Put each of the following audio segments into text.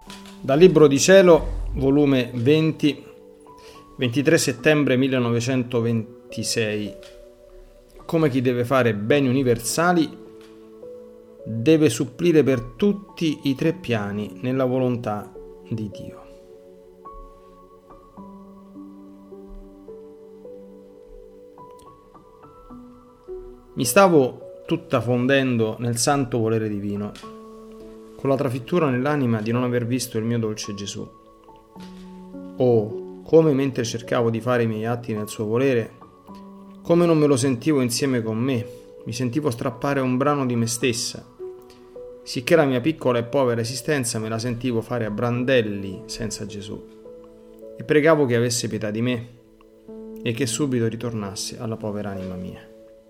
Dal Libro di Cielo, volume 20, 23 settembre 1926. Come chi deve fare beni universali, deve supplire per tutti i tre piani nella volontà di Dio. Mi stavo tutta fondendo nel santo volere divino, con la trafittura nell'anima di non aver visto il mio dolce Gesù. Oh, come mentre cercavo di fare i miei atti nel suo volere, come non me lo sentivo insieme con me, mi sentivo strappare un brano di me stessa, sicché la mia piccola e povera esistenza me la sentivo fare a brandelli senza Gesù, e pregavo che avesse pietà di me e che subito ritornasse alla povera anima mia.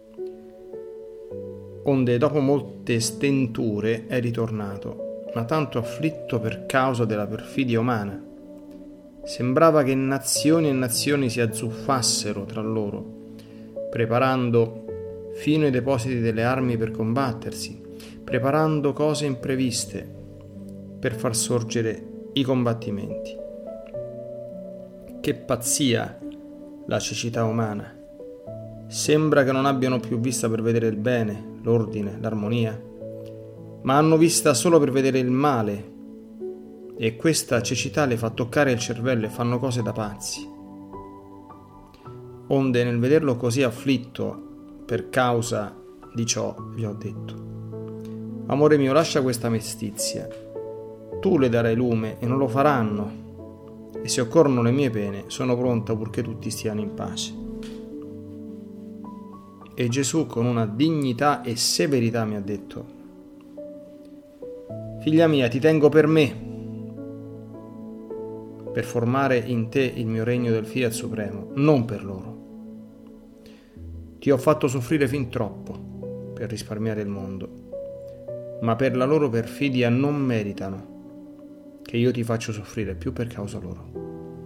Onde dopo molte stenture è ritornato, ma tanto afflitto per causa della perfidia umana. Sembrava che nazioni e nazioni si azzuffassero tra loro, preparando fino ai depositi delle armi per combattersi, preparando cose impreviste per far sorgere i combattimenti. Che pazzia la cecità umana! Sembra che non abbiano più vista per vedere il bene, l'ordine, l'armonia, ma hanno vista solo per vedere il male, e questa cecità le fa toccare il cervello e fanno cose da pazzi. Onde nel vederlo così afflitto per causa di ciò vi ho detto: amore mio, lascia questa mestizia, tu le darai lume e non lo faranno, e se occorrono le mie pene sono pronta purché tutti stiano in pace. E Gesù con una dignità e severità mi ha detto: figlia mia, ti tengo per me, per formare in te il mio regno del Fiat Supremo, non per loro. Ti ho fatto soffrire fin troppo per risparmiare il mondo, ma per la loro perfidia non meritano che io ti faccio soffrire più per causa loro.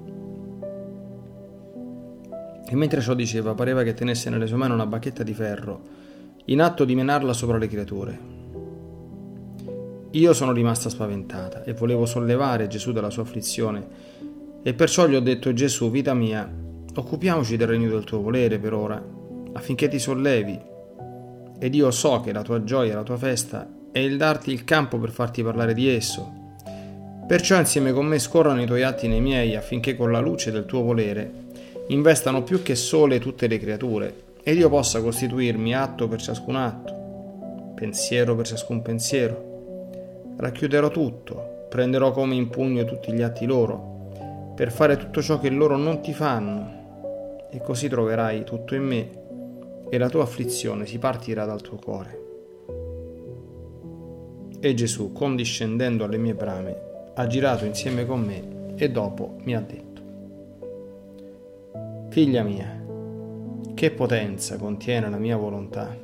E mentre ciò diceva, pareva che tenesse nelle sue mani una bacchetta di ferro, in atto di menarla sopra le creature. Io sono rimasta spaventata e volevo sollevare Gesù dalla sua afflizione, e perciò gli ho detto: Gesù, vita mia, occupiamoci del regno del tuo volere per ora, affinché ti sollevi, ed io so che la tua gioia, la tua festa è il darti il campo per farti parlare di esso. Perciò insieme con me scorrano i tuoi atti nei miei, affinché con la luce del tuo volere investano più che sole tutte le creature, ed io possa costituirmi atto per ciascun atto, pensiero per ciascun pensiero. Racchiuderò tutto, prenderò come in pugno tutti gli atti loro, per fare tutto ciò che loro non ti fanno, e così troverai tutto in me, e la tua afflizione si partirà dal tuo cuore. E Gesù, condiscendendo alle mie brame, ha girato insieme con me e dopo mi ha detto: figlia mia, che potenza contiene la mia volontà.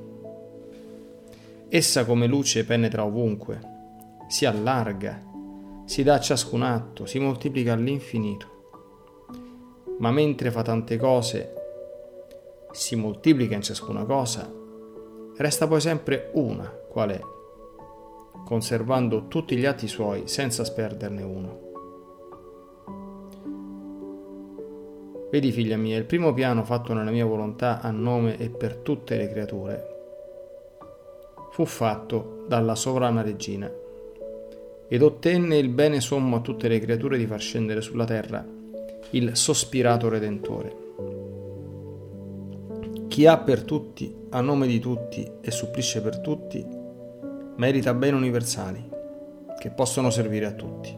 Essa come luce penetra ovunque, si allarga, si dà a ciascun atto, si moltiplica all'infinito. Ma mentre fa tante cose, si moltiplica in ciascuna cosa, resta poi sempre una, qual è, conservando tutti gli atti suoi senza sperderne uno. Vedi, figlia mia, il primo piano fatto nella mia volontà a nome e per tutte le creature fu fatto dalla sovrana regina, ed ottenne il bene sommo a tutte le creature di far scendere sulla terra il sospirato Redentore. Chi ha per tutti, a nome di tutti e supplisce per tutti, merita beni universali che possono servire a tutti.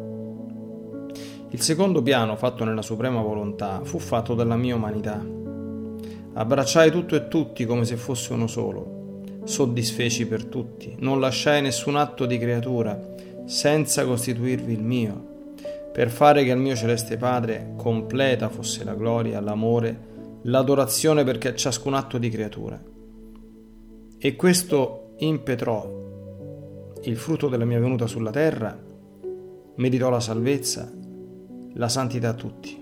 Il secondo piano, fatto nella suprema volontà, fu fatto dalla mia umanità. Abbracciai tutto e tutti come se fosse uno solo, soddisfeci per tutti, non lasciai nessun atto di creatura senza costituirvi il mio, per fare che al mio celeste Padre completa fosse la gloria, l'amore, l'adorazione perché ciascun atto di creatura. E questo impetrò il frutto della mia venuta sulla terra, meritò la salvezza, la santità a tutti.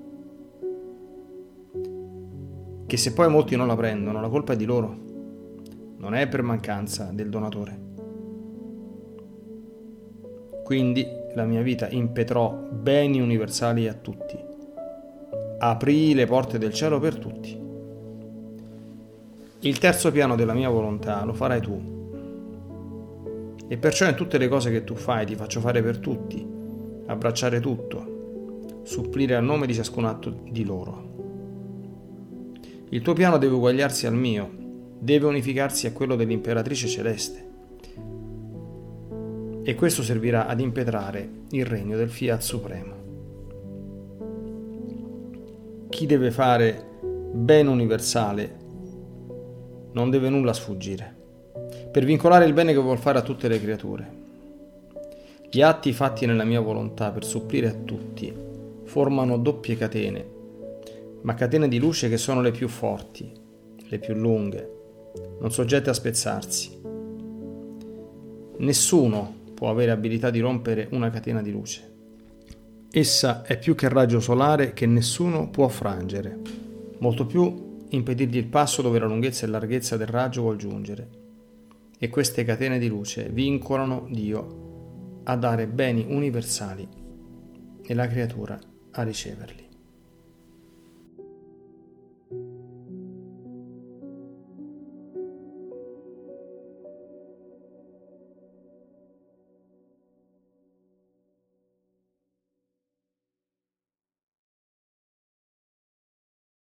Che se poi molti non la prendono, la colpa è di loro, non è per mancanza del donatore. Quindi la mia vita impetrò beni universali a tutti. Aprì le porte del cielo per tutti. Il terzo piano della mia volontà lo farai tu. E perciò in tutte le cose che tu fai ti faccio fare per tutti, abbracciare tutto, supplire al nome di ciascun atto di loro. Il tuo piano deve uguagliarsi al mio, deve unificarsi a quello dell'imperatrice celeste. E questo servirà ad impetrare il regno del Fiat Supremo. Chi deve fare bene universale non deve nulla sfuggire, per vincolare il bene che vuol fare a tutte le creature. Gli atti fatti nella mia volontà per supplire a tutti formano doppie catene, ma catene di luce che sono le più forti, le più lunghe, non soggette a spezzarsi. Nessuno può avere abilità di rompere una catena di luce. Essa è più che raggio solare che nessuno può frangere, molto più impedirgli il passo dove la lunghezza e larghezza del raggio vuol giungere. E queste catene di luce vincolano Dio a dare beni universali e la creatura a riceverli.